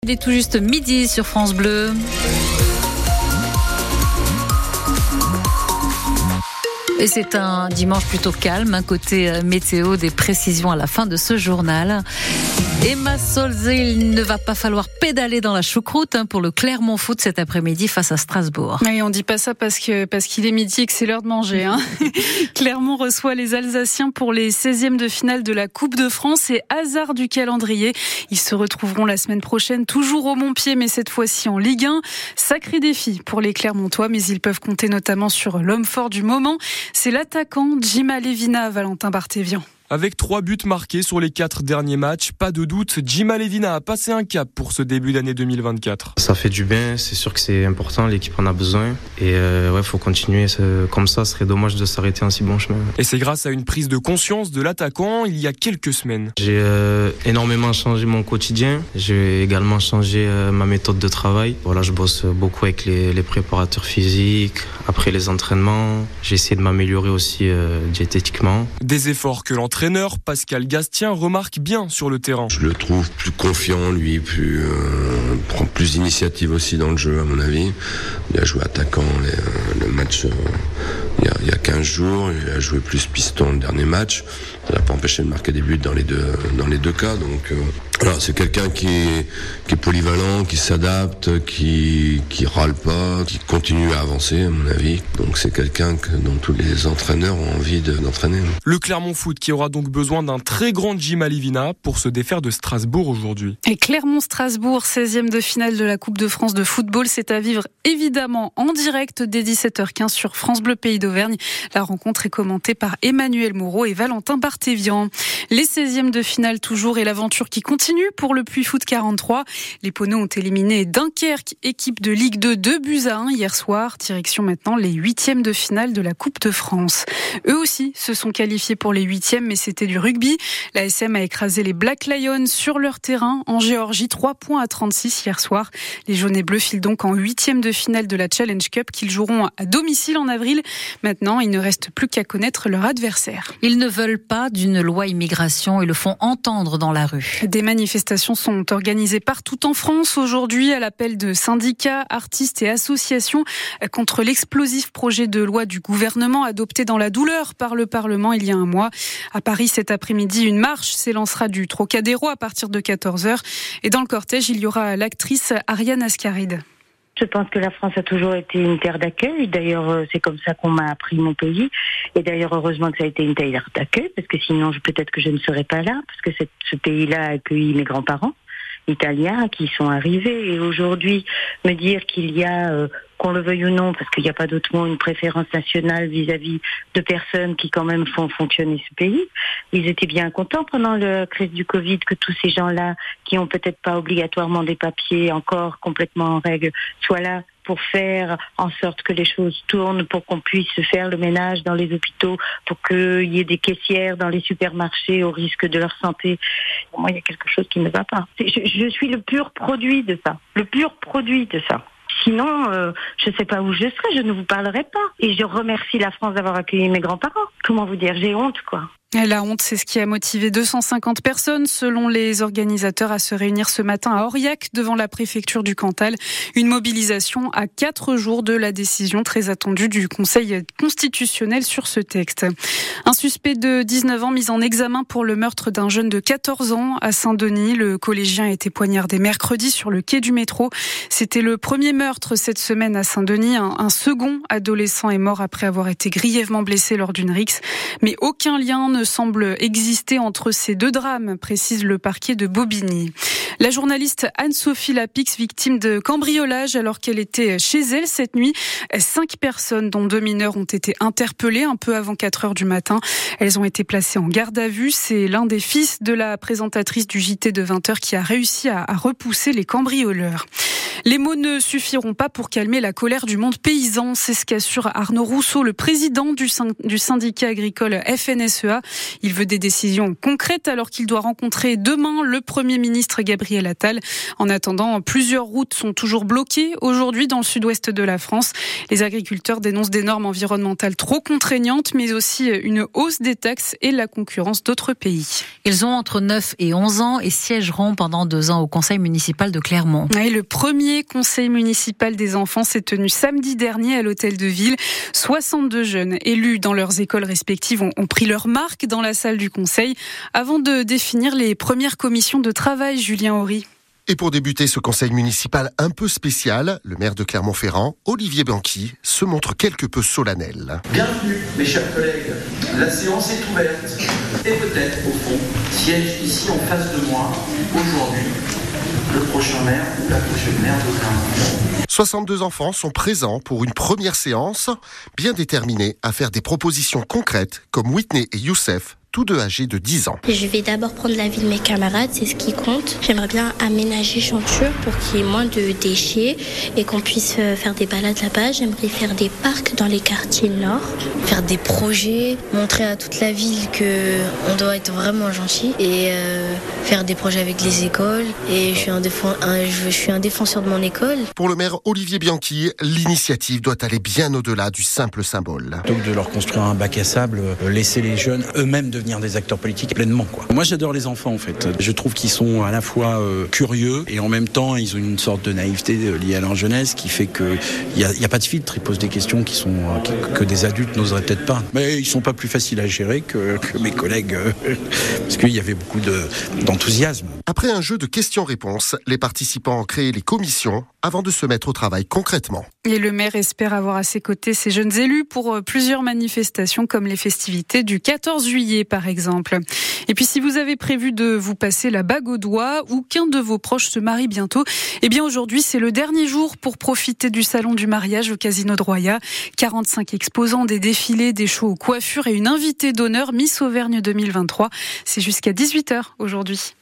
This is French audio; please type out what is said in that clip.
Il est tout juste midi sur France Bleu. Et c'est un dimanche plutôt calme, côté météo, des précisions à la fin de ce journal. Emma Solzé, il ne va pas falloir pédaler dans la choucroute pour le Clermont Foot cet après-midi face à Strasbourg. Oui, on dit pas ça parce qu'il est midi et que c'est l'heure de manger. Clermont reçoit les Alsaciens pour les 16e de finale de la Coupe de France et hasard du calendrier. Ils se retrouveront la semaine prochaine, toujours au Montpied, mais cette fois-ci en Ligue 1. Sacré défi pour les Clermontois, mais ils peuvent compter notamment sur l'homme fort du moment. C'est l'attaquant Djima Levina, Valentin Barthévian. Avec 3 buts marqués sur les 4 derniers matchs, pas de doute, Djima Levina a passé un cap pour ce début d'année 2024. Ça fait du bien, c'est sûr que c'est important, l'équipe en a besoin. Et faut continuer comme ça, ce serait dommage de s'arrêter en si bon chemin. Et c'est grâce à une prise de conscience de l'attaquant il y a quelques semaines. J'ai énormément changé mon quotidien, j'ai également changé ma méthode de travail. Voilà, je bosse beaucoup avec les préparateurs physiques, après les entraînements. J'ai essayé de m'améliorer aussi diététiquement. Des efforts que l'entraîneur Pascal Gastien remarque bien sur le terrain. Je le trouve plus confiant, lui, prend plus d'initiative aussi dans le jeu, à mon avis. Il a joué attaquant le match il y a 15 jours, il a joué plus piston le dernier match. Ça n'a pas empêché de marquer des buts dans les deux cas. Donc voilà, c'est quelqu'un qui est polyvalent, qui s'adapte, qui râle pas, qui continue à avancer, à mon avis. Donc c'est quelqu'un dont tous les entraîneurs ont envie d'entraîner. Le Clermont Foot qui aura donc besoin d'un très grand Djima Levina pour se défaire de Strasbourg aujourd'hui. Et Clermont-Strasbourg, 16e de finale de la Coupe de France de football, c'est à vivre évidemment en direct dès 17h15 sur France Bleu Pays d'Auvergne. La rencontre est commentée par Emmanuel Moreau et Valentin Barthévian. Les 16e de finale toujours et l'aventure qui continue pour le Puy Foot 43. Les Poneaux ont éliminé Dunkerque, équipe de Ligue 2, 2-1 hier soir. Direction maintenant les 8e de finale de la Coupe de France. Eux aussi se sont qualifiés pour les 8e, mais c'était du rugby. La SM a écrasé les Black Lions sur leur terrain en Géorgie, 3-36 hier soir. Les jaunes et bleus filent donc en 8e de finale de la Challenge Cup qu'ils joueront à domicile en avril. Maintenant, il ne reste plus qu'à connaître leur adversaire. Ils ne veulent pas d'une loi immigration et le font entendre dans la rue. Des manifestations sont organisées partout en France aujourd'hui à l'appel de syndicats, artistes et associations contre l'explosif projet de loi du gouvernement adopté dans la douleur par le Parlement il y a un mois. À Paris cet après-midi, une marche s'élancera du Trocadéro à partir de 14h. Et dans le cortège, il y aura l'actrice Ariane Ascaride. Je pense que la France a toujours été une terre d'accueil. D'ailleurs, c'est comme ça qu'on m'a appris mon pays. Et d'ailleurs, heureusement que ça a été une terre d'accueil, parce que sinon, peut-être que je ne serais pas là, parce que ce pays-là a accueilli mes grands-parents italiens qui sont arrivés. Et aujourd'hui, me dire qu'il y a, qu'on le veuille ou non, parce qu'il n'y a pas d'autre mot, une préférence nationale vis-à-vis de personnes qui quand même font fonctionner ce pays. Ils étaient bien contents pendant la crise du Covid que tous ces gens-là, qui ont peut-être pas obligatoirement des papiers encore complètement en règle, soient là pour faire en sorte que les choses tournent, pour qu'on puisse faire le ménage dans les hôpitaux, pour qu'il y ait des caissières dans les supermarchés au risque de leur santé. Pour moi, il y a quelque chose qui ne va pas. Je suis le pur produit de ça. Sinon, je ne sais pas où je serais, je ne vous parlerai pas. Et je remercie la France d'avoir accueilli mes grands-parents. Comment vous dire, j'ai honte, quoi. La honte, c'est ce qui a motivé 250 personnes, selon les organisateurs, à se réunir ce matin à Aurillac, devant la préfecture du Cantal. Une mobilisation à 4 jours de la décision très attendue du Conseil constitutionnel sur ce texte. Un suspect de 19 ans mis en examen pour le meurtre d'un jeune de 14 ans à Saint-Denis. Le collégien a été poignardé mercredi sur le quai du métro. C'était le premier meurtre cette semaine à Saint-Denis. Un second adolescent est mort après avoir été grièvement blessé lors d'une rixe. Mais aucun lien ne semble exister entre ces deux drames, précise le parquet de Bobigny. La journaliste Anne-Sophie Lapix, victime de cambriolage alors qu'elle était chez elle cette nuit. 5 personnes, dont 2 mineurs, ont été interpellées un peu avant 4 heures du matin. Elles ont été placées en garde à vue. C'est l'un des fils de la présentatrice du JT de 20h qui a réussi à repousser les cambrioleurs. Les mots ne suffiront pas pour calmer la colère du monde paysan. C'est ce qu'assure Arnaud Rousseau, le président du syndicat agricole FNSEA. Il veut des décisions concrètes alors qu'il doit rencontrer demain le Premier ministre Gabriel Attal. En attendant, plusieurs routes sont toujours bloquées aujourd'hui dans le sud-ouest de la France. Les agriculteurs dénoncent des normes environnementales trop contraignantes, mais aussi une hausse des taxes et la concurrence d'autres pays. Ils ont entre 9 et 11 ans et siégeront pendant 2 ans au conseil municipal de Clermont. Et le premier conseil municipal des enfants s'est tenu samedi dernier à l'hôtel de ville. 62 jeunes élus dans leurs écoles respectives ont pris leur marque dans la salle du conseil avant de définir les premières commissions de travail. Julien Horry. Et pour débuter ce conseil municipal un peu spécial, le maire de Clermont-Ferrand, Olivier Bianchi, se montre quelque peu solennel. Bienvenue, mes chers collègues. La séance est ouverte. Et peut-être, au fond, siège ici en face de moi, aujourd'hui, le prochain maire ou la prochaine maire de Clermont. 62 enfants sont présents pour une première séance, bien déterminés à faire des propositions concrètes, comme Whitney et Youssef, tous deux âgés de 10 ans. Je vais d'abord prendre l'avis de mes camarades, c'est ce qui compte. J'aimerais bien aménager Chanture pour qu'il y ait moins de déchets et qu'on puisse faire des balades là-bas. J'aimerais faire des parcs dans les quartiers nord. Faire des projets, montrer à toute la ville qu'on doit être vraiment gentil et faire des projets avec les écoles. Et je suis un défenseur de mon école. Pour le maire Olivier Bianchi, l'initiative doit aller bien au-delà du simple symbole. Plutôt que de leur construire un bac à sable, laisser les jeunes eux-mêmes devenir des acteurs politiques pleinement, quoi. Moi, j'adore les enfants, en fait. Je trouve qu'ils sont à la fois curieux et en même temps, ils ont une sorte de naïveté liée à leur jeunesse qui fait qu'il n'y a pas de filtre. Ils posent des questions que des adultes n'oseraient peut-être pas. Mais ils ne sont pas plus faciles à gérer que mes collègues, parce qu'il y avait beaucoup d'enthousiasme. Après un jeu de questions-réponses, les participants ont créé les commissions avant de se mettre au travail concrètement. Et le maire espère avoir à ses côtés ces jeunes élus pour plusieurs manifestations comme les festivités du 14 juillet par exemple. Et puis si vous avez prévu de vous passer la bague au doigt ou qu'un de vos proches se marie bientôt, eh bien aujourd'hui c'est le dernier jour pour profiter du salon du mariage au Casino de Roya. 45 exposants, des défilés, des shows aux coiffures et une invitée d'honneur Miss Auvergne 2023. C'est jusqu'à 18h aujourd'hui.